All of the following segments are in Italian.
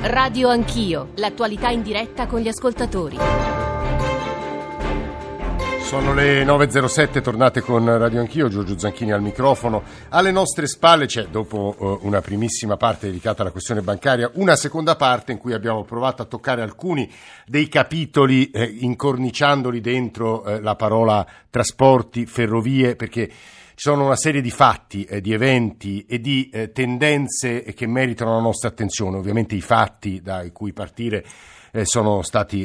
Radio Anch'io, l'attualità in diretta con gli ascoltatori. Sono le 9.07, tornate con Radio Anch'io, Giorgio Zanchini al microfono. Alle nostre spalle c'è, dopo una primissima parte dedicata alla questione bancaria, una seconda parte in cui abbiamo provato a toccare alcuni dei capitoli incorniciandoli dentro la parola trasporti, ferrovie, perché ci sono una serie di fatti, di eventi e di tendenze che meritano la nostra attenzione. Ovviamente i fatti da cui partire sono stati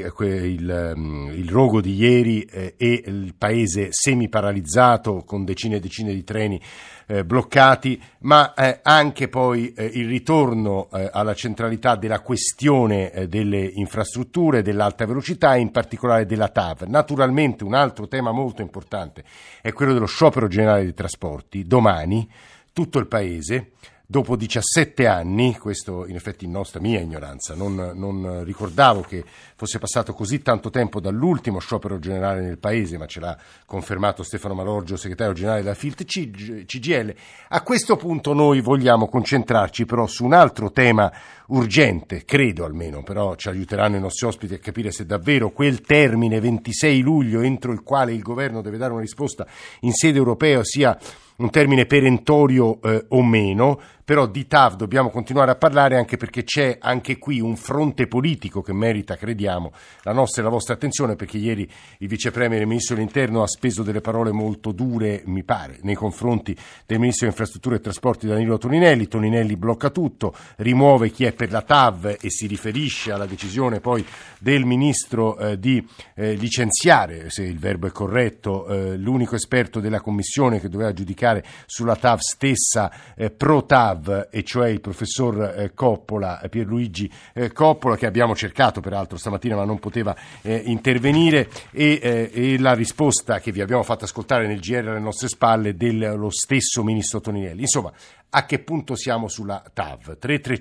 il rogo di ieri e il paese semi-paralizzato con decine e decine di treni bloccati, ma anche poi il ritorno alla centralità della questione delle infrastrutture, dell'alta velocità e in particolare della TAV. Naturalmente un altro tema molto importante è quello dello sciopero generale dei trasporti. Domani tutto il paese, dopo 17 anni, questo in effetti in mia ignoranza, non ricordavo che fosse passato così tanto tempo dall'ultimo sciopero generale nel paese, ma ce l'ha confermato Stefano Malorgio, segretario generale della FILT CGIL. A questo punto noi vogliamo concentrarci però su un altro tema urgente, credo almeno, però ci aiuteranno i nostri ospiti a capire se davvero quel termine 26 luglio entro il quale il governo deve dare una risposta in sede europea sia un termine perentorio o meno. Però di TAV dobbiamo continuare a parlare, anche perché c'è anche qui un fronte politico che merita, crediamo, la nostra e la vostra attenzione, perché ieri il vice premier e il ministro dell'interno ha speso delle parole molto dure, mi pare, nei confronti del ministro di infrastrutture e trasporti Danilo Toninelli. Toninelli blocca tutto, rimuove chi è per la TAV e si riferisce alla decisione poi del ministro di licenziare, se il verbo è corretto, l'unico esperto della commissione che doveva giudicare sulla TAV stessa, pro TAV, e cioè il professor Coppola, Pierluigi Coppola, che abbiamo cercato peraltro stamattina ma non poteva intervenire, e la risposta che vi abbiamo fatto ascoltare nel GR alle nostre spalle dello stesso ministro Toninelli. Insomma, a che punto siamo sulla TAV?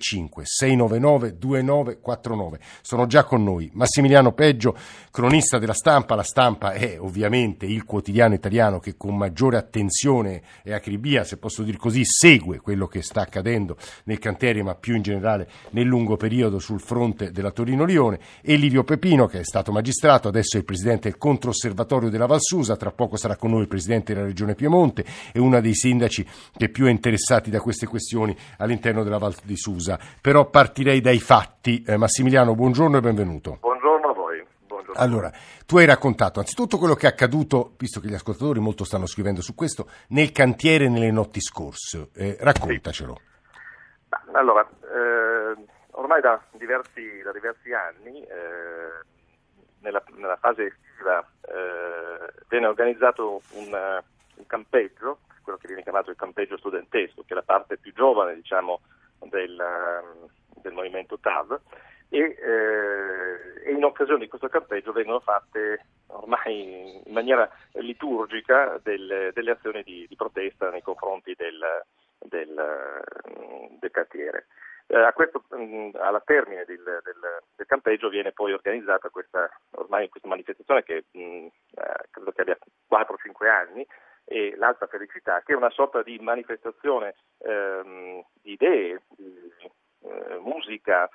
335-699-2949. Sono già con noi Massimiliano Peggio, cronista della Stampa. La Stampa è ovviamente il quotidiano italiano che con maggiore attenzione e acribia, se posso dire così, segue quello che sta accadendo nel cantiere, ma più in generale nel lungo periodo sul fronte della Torino-Lione, e Livio Pepino, che è stato magistrato, adesso è il presidente del Controosservatorio della Valsusa. Tra poco sarà con noi il presidente della Regione Piemonte e uno dei sindaci che più è interessati da queste questioni all'interno della Val di Susa. Però partirei dai fatti. Massimiliano, buongiorno e benvenuto. Buongiorno a voi. Buongiorno. Allora, tu hai raccontato anzitutto quello che è accaduto, visto che gli ascoltatori molto stanno scrivendo su questo, nel cantiere nelle notti scorse. Raccontacelo. Sì. Allora, ormai da diversi anni nella fase estiva viene organizzato un campeggio, quello che viene chiamato il campeggio studentesco, che è la parte più giovane, diciamo, del movimento TAV, e in occasione di questo campeggio vengono fatte ormai in maniera liturgica delle azioni di protesta nei confronti del cantiere. Alla termine del campeggio viene poi organizzata questa manifestazione che credo che abbia 4-5 anni, e l'Alta Felicità, che è una sorta di manifestazione di idee, di musica,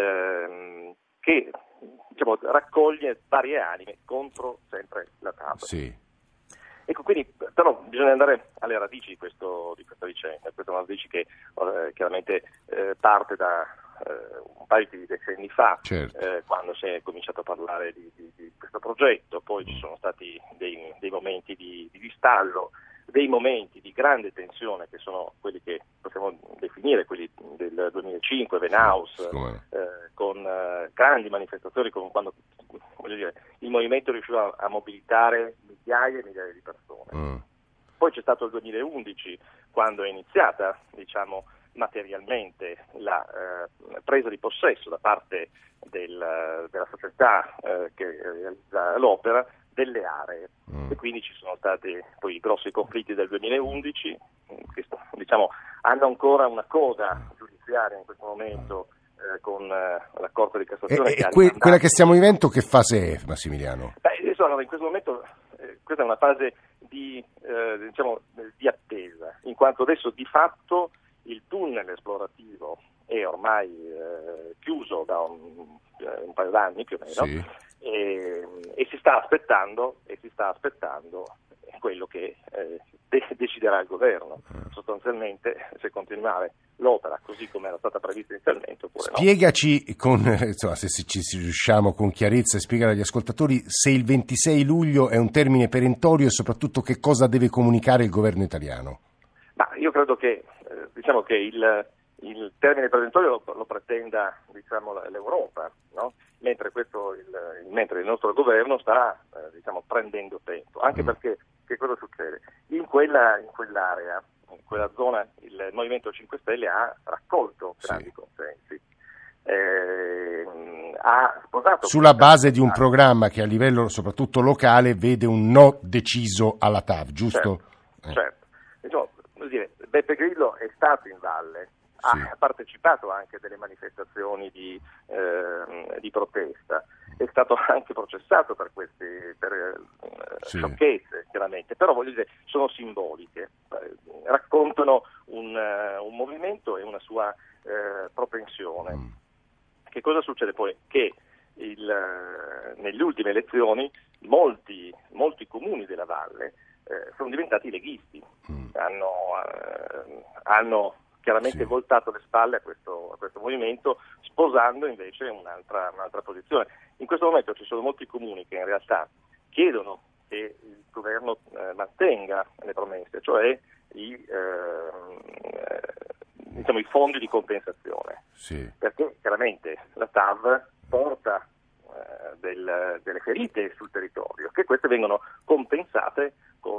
che, diciamo, raccoglie varie anime contro sempre la TAV. Sì. Ecco, quindi però bisogna andare alle radici di questa vicenda. Questa è una radice che chiaramente parte da un paio di decenni fa, certo. Quando si è cominciato a parlare di questo progetto. Poi ci sono stati dei momenti di stallo, dei momenti di grande tensione, che sono quelli che possiamo definire quelli del 2005, Venaus, con grandi manifestazioni, quando, voglio dire, il movimento riusciva a mobilitare migliaia e migliaia di persone. Poi c'è stato il 2011, quando è iniziata, diciamo, materialmente la presa di possesso da parte della società che realizza l'opera delle aree, e quindi ci sono stati poi i grossi conflitti del 2011 che, diciamo, hanno ancora una coda giudiziaria in questo momento con la Corte di Cassazione. Quella che stiamo vivendo, che fase è, Massimiliano? Allora, in questo momento questa è una fase di attesa, in quanto adesso di fatto il tunnel esplorativo è ormai chiuso da un paio d'anni più o meno, sì. e si sta aspettando quello che deciderà il governo, sostanzialmente se continuare l'opera così come era stata prevista inizialmente oppure no. Spiegaci se ci riusciamo con chiarezza e spiegare agli ascoltatori se il 26 luglio è un termine perentorio e soprattutto che cosa deve comunicare il governo italiano. Ma io credo che che il termine perentorio lo pretenda l'Europa, no? Mentre il nostro governo sta prendendo tempo, anche perché che cosa succede? In quell'area, in quella zona, il Movimento 5 Stelle ha raccolto grandi consensi, ha sposato sulla base di un programma che a livello soprattutto locale vede un no deciso alla TAV, giusto? Certo. Beppe Grillo è stato in valle, ha partecipato anche a delle manifestazioni di protesta, è stato anche processato per sciocchezze, chiaramente, però sono simboliche, raccontano un movimento e una sua propensione. Che cosa succede poi? Che nelle ultime elezioni molti comuni della valle sono diventati leghisti, hanno chiaramente voltato le spalle a questo movimento, sposando invece un'altra posizione. In questo momento ci sono molti comuni che in realtà chiedono che il governo mantenga le promesse, cioè i fondi di compensazione, perché chiaramente la TAV porta delle ferite sul territorio, che queste vengono compensate con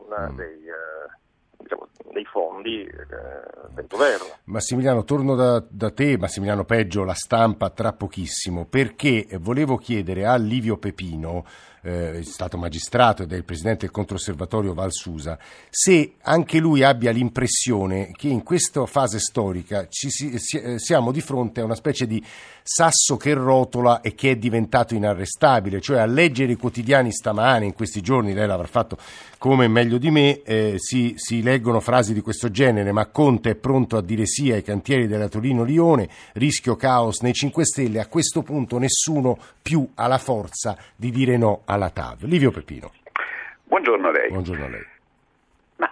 dei fondi del governo. Massimiliano, torno da te, Massimiliano Peggio, La Stampa, tra pochissimo, perché volevo chiedere a Livio Pepino, è stato magistrato ed è il presidente del Controsservatorio Val Susa, se anche lui abbia l'impressione che in questa fase storica siamo di fronte a una specie di sasso che rotola e che è diventato inarrestabile, cioè a leggere i quotidiani stamane, in questi giorni, lei l'avrà fatto come meglio di me, si leggono frasi di questo genere: ma Conte è pronto a dire sì ai cantieri della Torino-Lione, rischio caos nei 5 Stelle, a questo punto nessuno più ha la forza di dire no alla TAV. Livio Pepino. Buongiorno a lei. Buongiorno a lei. Ma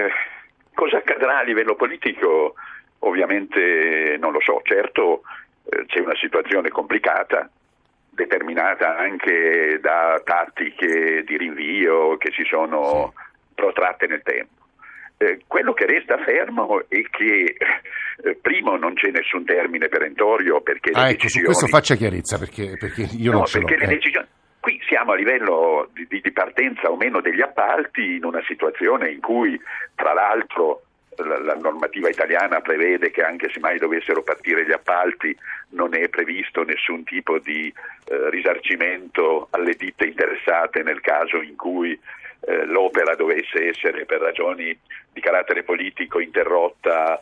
cosa accadrà a livello politico? Ovviamente non lo so. Certo c'è una situazione complicata, determinata anche da tattiche di rinvio che si sono protratte nel tempo. Quello che resta fermo è che primo non c'è nessun termine perentorio, perché le decisioni... su questo faccia chiarezza, perché io non ce l'ho. Le decisioni... Qui siamo a livello di partenza o meno degli appalti, in una situazione in cui, tra l'altro, la normativa italiana prevede che anche se mai dovessero partire gli appalti non è previsto nessun tipo di risarcimento alle ditte interessate nel caso in cui l'opera dovesse essere per ragioni di carattere politico interrotta,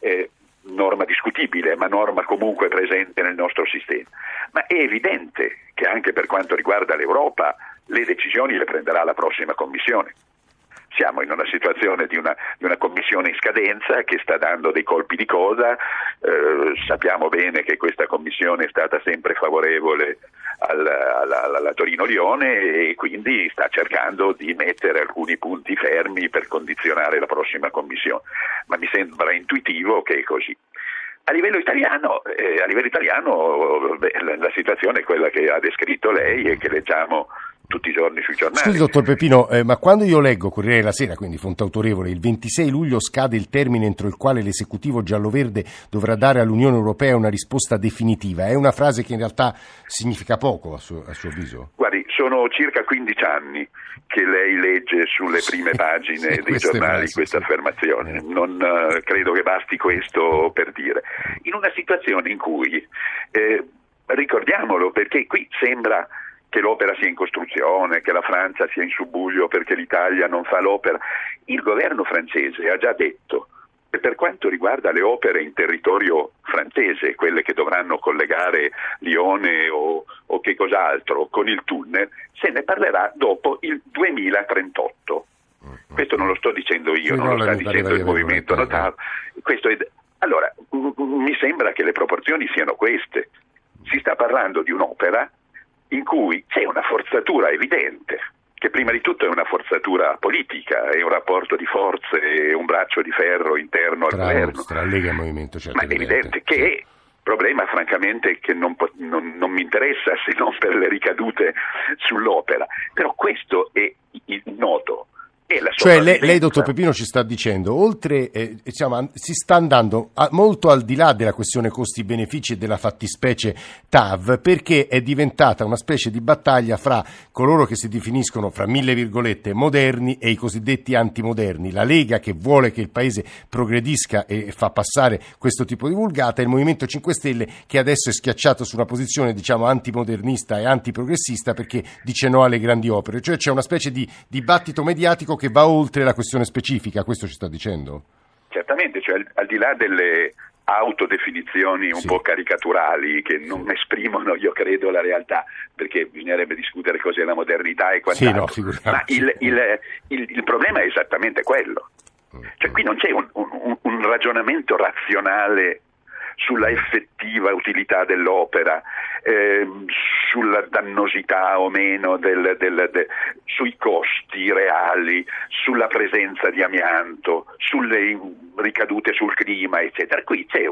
norma discutibile, ma norma comunque presente nel nostro sistema. Ma è evidente che anche per quanto riguarda l'Europa le decisioni le prenderà la prossima Commissione. Siamo in una situazione di una commissione in scadenza che sta dando dei colpi di coda. Sappiamo bene che questa commissione è stata sempre favorevole alla Torino-Lione e quindi sta cercando di mettere alcuni punti fermi per condizionare la prossima commissione, ma mi sembra intuitivo che è così. A livello italiano la situazione è quella che ha descritto lei e che leggiamo tutti i giorni sui giornali. Scusi, dottor Pepino, ma quando io leggo Corriere della Sera, quindi fonte autorevole, il 26 luglio scade il termine entro il quale l'esecutivo gialloverde dovrà dare all'Unione Europea una risposta definitiva, è una frase che in realtà significa poco a suo avviso? Guardi, sono circa 15 anni che lei legge sulle prime pagine dei giornali questa affermazione. Non credo che basti questo per dire. In una situazione in cui, ricordiamolo, perché qui sembra che l'opera sia in costruzione, che la Francia sia in subbuglio perché l'Italia non fa l'opera. Il governo francese ha già detto che per quanto riguarda le opere in territorio francese, quelle che dovranno collegare Lione o che cos'altro con il tunnel, se ne parlerà dopo il 2038. Questo non lo sto dicendo io, non lo sta dicendo il movimento notaio. Questo Allora, mi sembra che le proporzioni siano queste. Si sta parlando di un'opera in cui c'è una forzatura evidente, che prima di tutto è una forzatura politica, è un rapporto di forze, è un braccio di ferro interno al governo. Tra Lega e Movimento, certo. Ma è evidente che è problema francamente che non mi interessa se non per le ricadute sull'opera, però questo è il nodo. Cioè lei, dottor Pepino, ci sta dicendo, oltre si sta andando molto al di là della questione costi-benefici e della fattispecie TAV, perché è diventata una specie di battaglia fra coloro che si definiscono, fra mille virgolette, moderni e i cosiddetti antimoderni. La Lega, che vuole che il paese progredisca e fa passare questo tipo di vulgata, e il Movimento 5 Stelle, che adesso è schiacciato su una posizione, diciamo, antimodernista e antiprogressista, perché dice no alle grandi opere. Cioè c'è una specie di dibattito mediatico che va oltre la questione specifica, questo ci sta dicendo? Certamente, cioè al di là delle autodefinizioni un po' caricaturali che non esprimono, io credo, la realtà, perché bisognerebbe discutere cos'è la modernità e quant'altro, ma il problema è esattamente quello. Cioè qui non c'è un ragionamento razionale sulla effettiva utilità dell'opera, sulla dannosità o meno sui costi reali, sulla presenza di amianto, sulle ricadute sul clima, eccetera. Qui c'è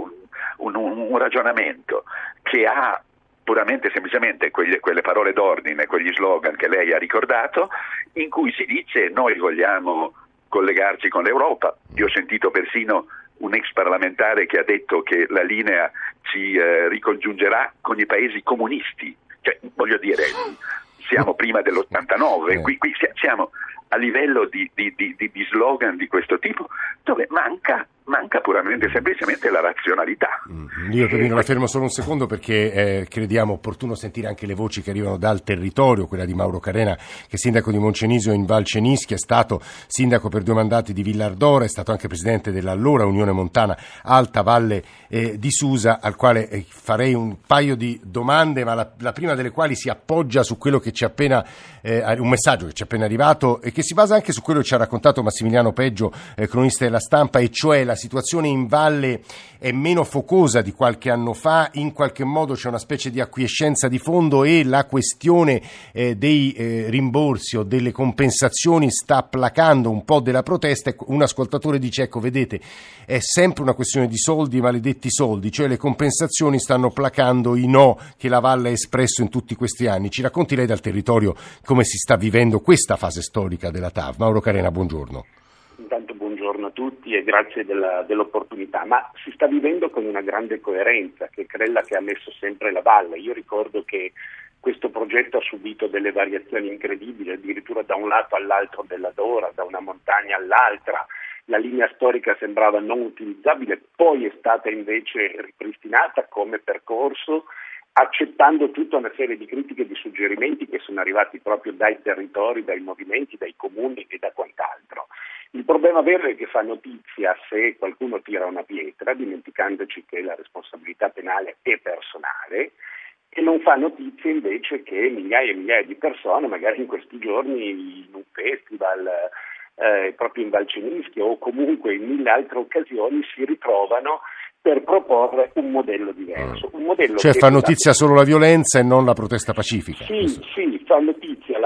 un ragionamento che ha puramente semplicemente quelle parole d'ordine, quegli slogan che lei ha ricordato, in cui si dice noi vogliamo collegarci con l'Europa. Io ho sentito persino un ex parlamentare che ha detto che la linea ci ricongiungerà con i paesi comunisti, cioè voglio dire, siamo prima dell'89, qui siamo a livello di slogan di questo tipo, dove manca puramente semplicemente la razionalità. Io Pepino la fermo solo un secondo, perché crediamo opportuno sentire anche le voci che arrivano dal territorio, quella di Mauro Carena, che è sindaco di Moncenisio in Val Cenischi, è stato sindaco per 2 mandati di Villardora, è stato anche presidente dell'allora Unione Montana Alta Valle di Susa, al quale farei un paio di domande, ma la prima delle quali si appoggia su quello che ci ha appena un messaggio che ci è appena arrivato e che si basa anche su quello che ci ha raccontato Massimiliano Peggio, cronista della Stampa, e cioè la situazione in valle è meno focosa di qualche anno fa, in qualche modo c'è una specie di acquiescenza di fondo e la questione dei rimborsi o delle compensazioni sta placando un po' della protesta. Un ascoltatore dice, ecco, vedete, è sempre una questione di soldi, maledetti soldi, cioè le compensazioni stanno placando i no che la valle ha espresso in tutti questi anni. Ci racconti lei dal territorio come si sta vivendo questa fase storica della TAV? Mauro Carena, buongiorno. Intanto buongiorno a tutti e grazie dell'opportunità, ma si sta vivendo con una grande coerenza, che è quella che ha messo sempre la valle. Io ricordo che questo progetto ha subito delle variazioni incredibili, addirittura da un lato all'altro della Dora, da una montagna all'altra. La linea storica sembrava non utilizzabile, poi è stata invece ripristinata come percorso, accettando tutta una serie di critiche e di suggerimenti che sono arrivati proprio dai territori, dai movimenti, dai comuni e da quant'altro. Il problema vero è che fa notizia se qualcuno tira una pietra, dimenticandoci che la responsabilità penale è personale, e non fa notizia invece che migliaia e migliaia di persone, magari in questi giorni in un festival, proprio in Val Cenischi o comunque in 1000 altre occasioni, si ritrovano per proporre un modello diverso. Un modello cioè fa notizia solo la violenza e non la protesta pacifica. Sì, fa notizia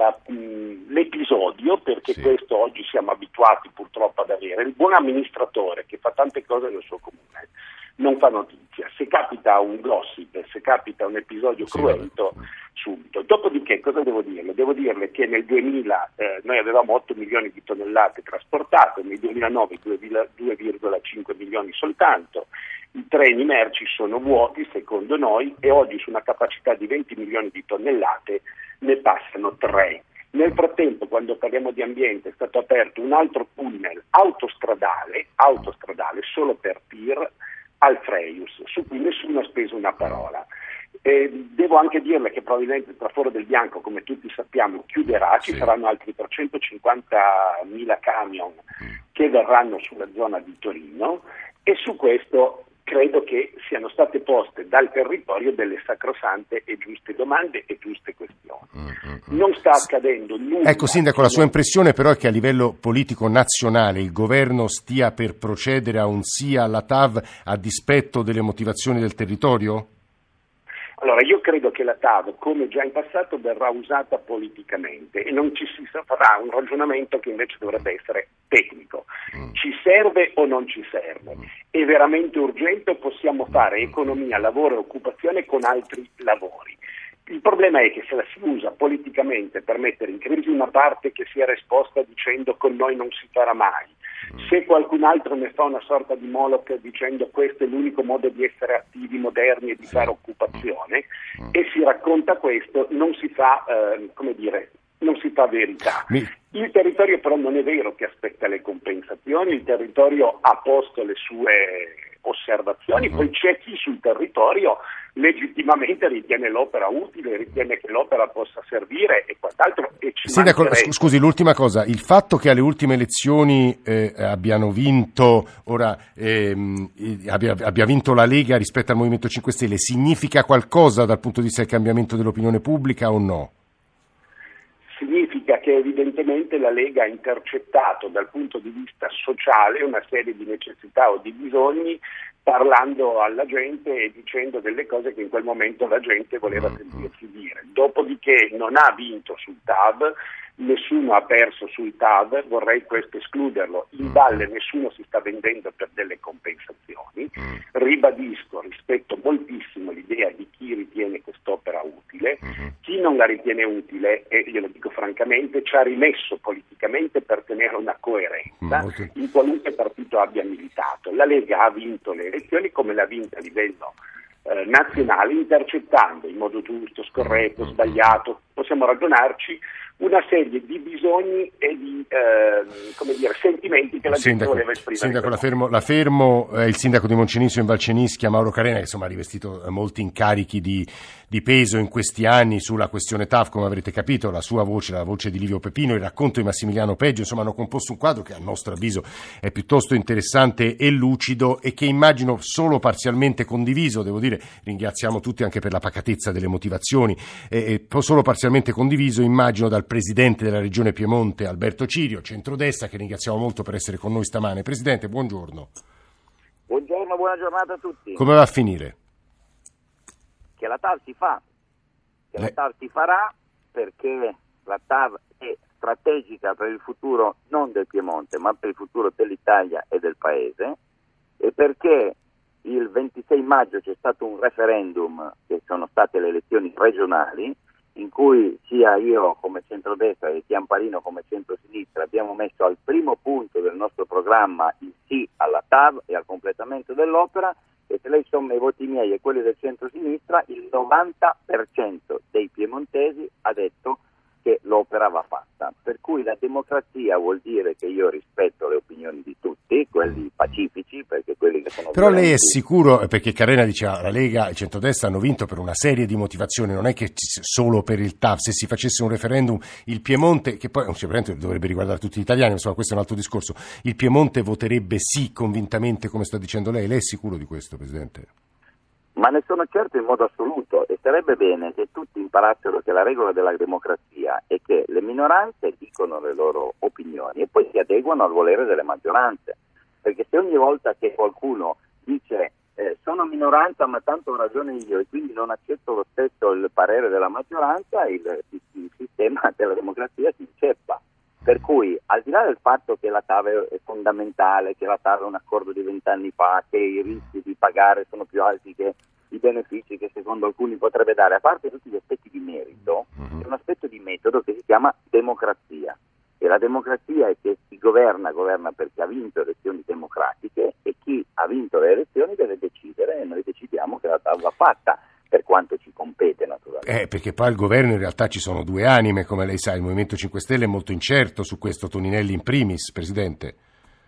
l'episodio, perché questo oggi siamo abituati purtroppo ad avere. Il buon amministratore che fa tante cose nel suo comune non fa notizia. Se capita un gossip, se capita un episodio cruento, subito. Dopodiché cosa devo dirle? Devo dirle che nel 2000 noi avevamo 8 milioni di tonnellate trasportate, nel 2009 2,5 milioni soltanto. I treni merci sono vuoti secondo noi e oggi su una capacità di 20 milioni di tonnellate ne passano 3. Nel frattempo, quando parliamo di ambiente, è stato aperto un altro tunnel autostradale solo per tir al Freius, su cui nessuno ha speso una parola. Devo anche dirle che probabilmente tra Foro del Bianco, come tutti sappiamo, chiuderà, ci saranno altri 350.000 camion che verranno sulla zona di Torino, e su questo credo che siano state poste dal territorio delle sacrosante e giuste domande e giuste questioni. Non sta accadendo nulla. Ecco, Sindaco, la sua impressione però è che a livello politico nazionale il governo stia per procedere a un sì alla TAV a dispetto delle motivazioni del territorio? Allora, io credo che la TAV, come già in passato, verrà usata politicamente e non ci si farà un ragionamento che invece dovrebbe essere tecnico. Ci serve o non ci serve? È veramente urgente o possiamo fare economia, lavoro e occupazione con altri lavori? Il problema è che se la si usa politicamente per mettere in crisi una parte che si era esposta dicendo con noi non si farà mai, se qualcun altro ne fa una sorta di Moloch dicendo questo è l'unico modo di essere attivi, moderni e di fare occupazione, e si racconta questo, non si fa, non si fa verità. Il territorio però non è vero che aspetta le compensazioni, il territorio ha posto le sue osservazioni, poi c'è chi sul territorio legittimamente ritiene l'opera utile, ritiene che l'opera possa servire e quant'altro. E Sindaco, scusi, l'ultima cosa, il fatto che alle ultime elezioni abbiano vinto abbia vinto la Lega rispetto al Movimento 5 Stelle significa qualcosa dal punto di vista del cambiamento dell'opinione pubblica o no? Significa che evidentemente la Lega ha intercettato dal punto di vista sociale una serie di necessità o di bisogni, parlando alla gente e dicendo delle cose che in quel momento la gente voleva sentirsi dire. Dopodiché non ha vinto sul TAV, nessuno ha perso sul TAV, vorrei questo escluderlo. In valle nessuno si sta vendendo per delle compensazioni. Ribadisco, rispetto moltissimo l'idea di chi ritiene quest'opera utile. Chi non la ritiene utile, e glielo dico francamente, ci ha rimesso politicamente per tenere una coerenza in qualunque partito abbia militato. La Lega ha vinto le elezioni come l'ha vinta a livello nazionale, intercettando in modo giusto, scorretto, sbagliato, possiamo ragionarci, una serie di bisogni e di sentimenti che la gente voleva esprimere. Sindaco, la fermo il sindaco di Moncenisio in Val Cenischia, Mauro Carena, che insomma ha rivestito molti incarichi di peso in questi anni sulla questione TAV, come avrete capito, la sua voce, la voce di Livio Pepino, il racconto di Massimiliano Peggio, insomma hanno composto un quadro che a nostro avviso è piuttosto interessante e lucido e che immagino solo parzialmente condiviso, devo dire, ringraziamo tutti anche per la pacatezza delle motivazioni, solo parzialmente condiviso immagino dal Presidente della Regione Piemonte Alberto Cirio, centrodestra, che ringraziamo molto per essere con noi stamane. Presidente, buongiorno. Buongiorno, buona giornata a tutti. Come va a finire? Che la TAV si fa, la TAV si farà perché la TAV è strategica per il futuro non del Piemonte ma per il futuro dell'Italia e del Paese, e perché il 26 maggio c'è stato un referendum, che sono state le elezioni regionali, in cui sia io come centrodestra e Chiamparino come centrosinistra abbiamo messo al primo punto del nostro programma il sì alla TAV e al completamento dell'opera, e se lei somma i voti miei e quelli del centrosinistra, il 90% dei piemontesi ha detto che l'opera va fatta. Per cui la democrazia vuol dire che io rispetto le opinioni di tutti, quelli pacifici, perché quelli che sono Però violenti. lei è sicuro, perché Carena diceva la Lega e il centrodestra hanno vinto per una serie di motivazioni, non è che solo per il TAV, se si facesse un referendum il Piemonte, che poi ovviamente dovrebbe riguardare tutti gli italiani, insomma questo è un altro discorso, il Piemonte voterebbe sì convintamente come sta dicendo lei è sicuro di questo, Presidente? Ma ne sono certo in modo assoluto, e sarebbe bene che tutti imparassero che la regola della democrazia è che le minoranze dicono le loro opinioni e poi si adeguano al volere delle maggioranze, perché se ogni volta che qualcuno dice sono minoranza ma tanto ho ragione io e quindi non accetto lo stesso il parere della maggioranza, il sistema della democrazia si inceppa. Per cui, al di là del fatto che la TAV è fondamentale, che la TAV è un accordo di 20 anni fa, che i rischi di pagare sono più alti che i benefici che secondo alcuni potrebbe dare, a parte tutti gli aspetti di merito, c'è un aspetto di metodo che si chiama democrazia. E la democrazia è che chi governa perché ha vinto elezioni democratiche, e chi ha vinto le elezioni deve decidere, e noi decidiamo che la TAV va fatta, per quanto ci compete naturalmente. Perché poi al governo in realtà ci sono due anime, come lei sa, il Movimento 5 Stelle è molto incerto su questo, Toninelli in primis, Presidente.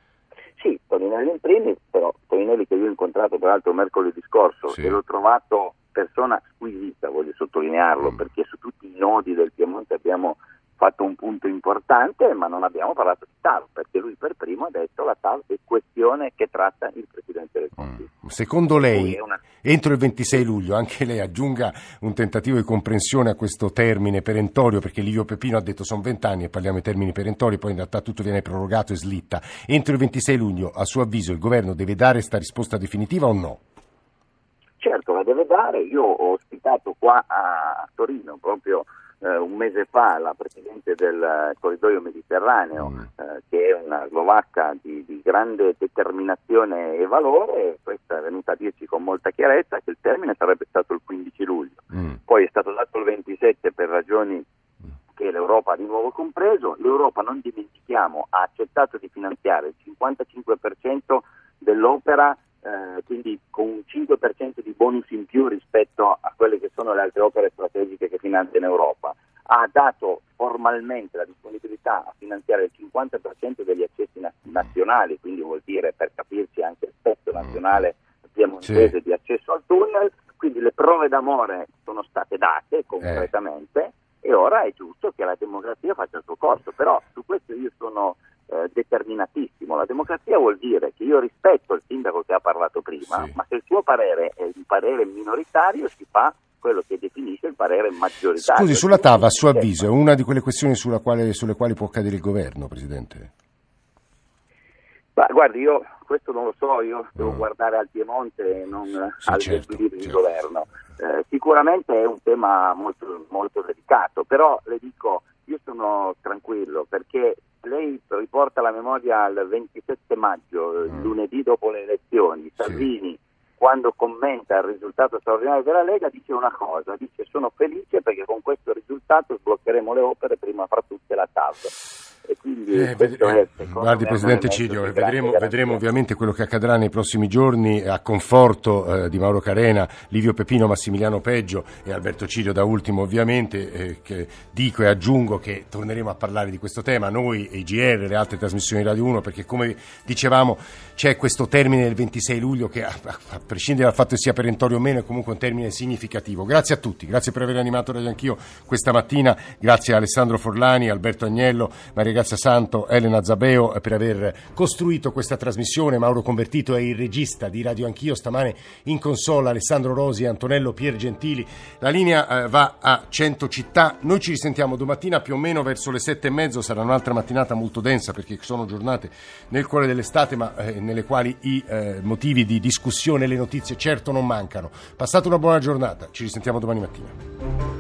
Sì, Toninelli in primis, però Toninelli che io ho incontrato peraltro mercoledì scorso, sì. E l'ho trovato persona squisita, voglio sottolinearlo, perché su tutti i nodi del Piemonte abbiamo fatto un punto importante, ma non abbiamo parlato di TAV, perché lui per primo ha detto la TAV è questione che tratta il Presidente del Consiglio. Secondo lei Entro il 26 luglio, anche lei aggiunga un tentativo di comprensione a questo termine perentorio, perché Livio Pepino ha detto sono 20 anni e parliamo di termini perentori, poi in realtà tutto viene prorogato e slitta. Entro il 26 luglio, a suo avviso, il governo deve dare questa risposta definitiva o no? Certo, la deve dare. Io ho ospitato qua a Torino proprio un mese fa la Presidente del Corridoio Mediterraneo, che è una slovacca di grande determinazione e valore. Questa è venuta a dirci con molta chiarezza che il termine sarebbe stato il 15 luglio. Poi è stato dato il 27 per ragioni che l'Europa ha di nuovo compreso. L'Europa, non dimentichiamo, ha accettato di finanziare il 55% dell'opera, quindi con un 5% di bonus in più rispetto a quelle che sono le altre opere strategiche che finanzia in Europa. Ha dato formalmente la disponibilità a finanziare il 50% degli accessi nazionali, quindi vuol dire, per capirci, anche il pezzo nazionale piemontese di accesso al tunnel. Quindi le prove d'amore sono state date concretamente e ora è giusto che la democrazia faccia il suo corso. Però su questo io sono determinatissimo. La democrazia vuol dire che io rispetto il sindaco che ha parlato prima, ma se il suo parere è un parere minoritario, si fa quello che definisce il parere maggioritario. Scusi, sulla TAV, a suo avviso, è una di quelle questioni sulle quali può cadere il governo, Presidente? Ma guardi, io questo non lo so, io devo guardare al Piemonte e non al equilibrio di governo. Sicuramente è un tema molto, molto delicato, però le dico, io sono tranquillo perché lei riporta la memoria al 27 maggio, lunedì dopo le elezioni. Salvini, quando commenta il risultato straordinario della Lega, dice una cosa, dice: sono felice perché con questo risultato sbloccheremo le opere, prima fra tutte la TAV. E quindi guardi, Presidente Ciglio, vedremo ovviamente quello che accadrà nei prossimi giorni a conforto di Mauro Carena, Livio Pepino, Massimiliano Peggio e Alberto Ciglio da ultimo ovviamente, che dico e aggiungo che torneremo a parlare di questo tema, noi, IGR, le altre trasmissioni Radio 1, perché come dicevamo c'è questo termine del 26 luglio che a prescindere dal fatto che sia perentorio o meno è comunque un termine significativo. Grazie a tutti, grazie per aver animato Radio Anch'io questa mattina, grazie a Alessandro Forlani, Alberto Agnello, Maria Grazia Santo, Elena Zabeo per aver costruito questa trasmissione. Mauro Convertito è il regista di Radio Anch'io, stamane in console Alessandro Rosi e Antonello Piergentili. La linea va a 100 città, noi ci risentiamo domattina più o meno verso le 7:30, sarà un'altra mattinata molto densa perché sono giornate nel cuore dell'estate ma nelle quali i motivi di discussione e le notizie certo non mancano. Passate una buona giornata, ci risentiamo domani mattina.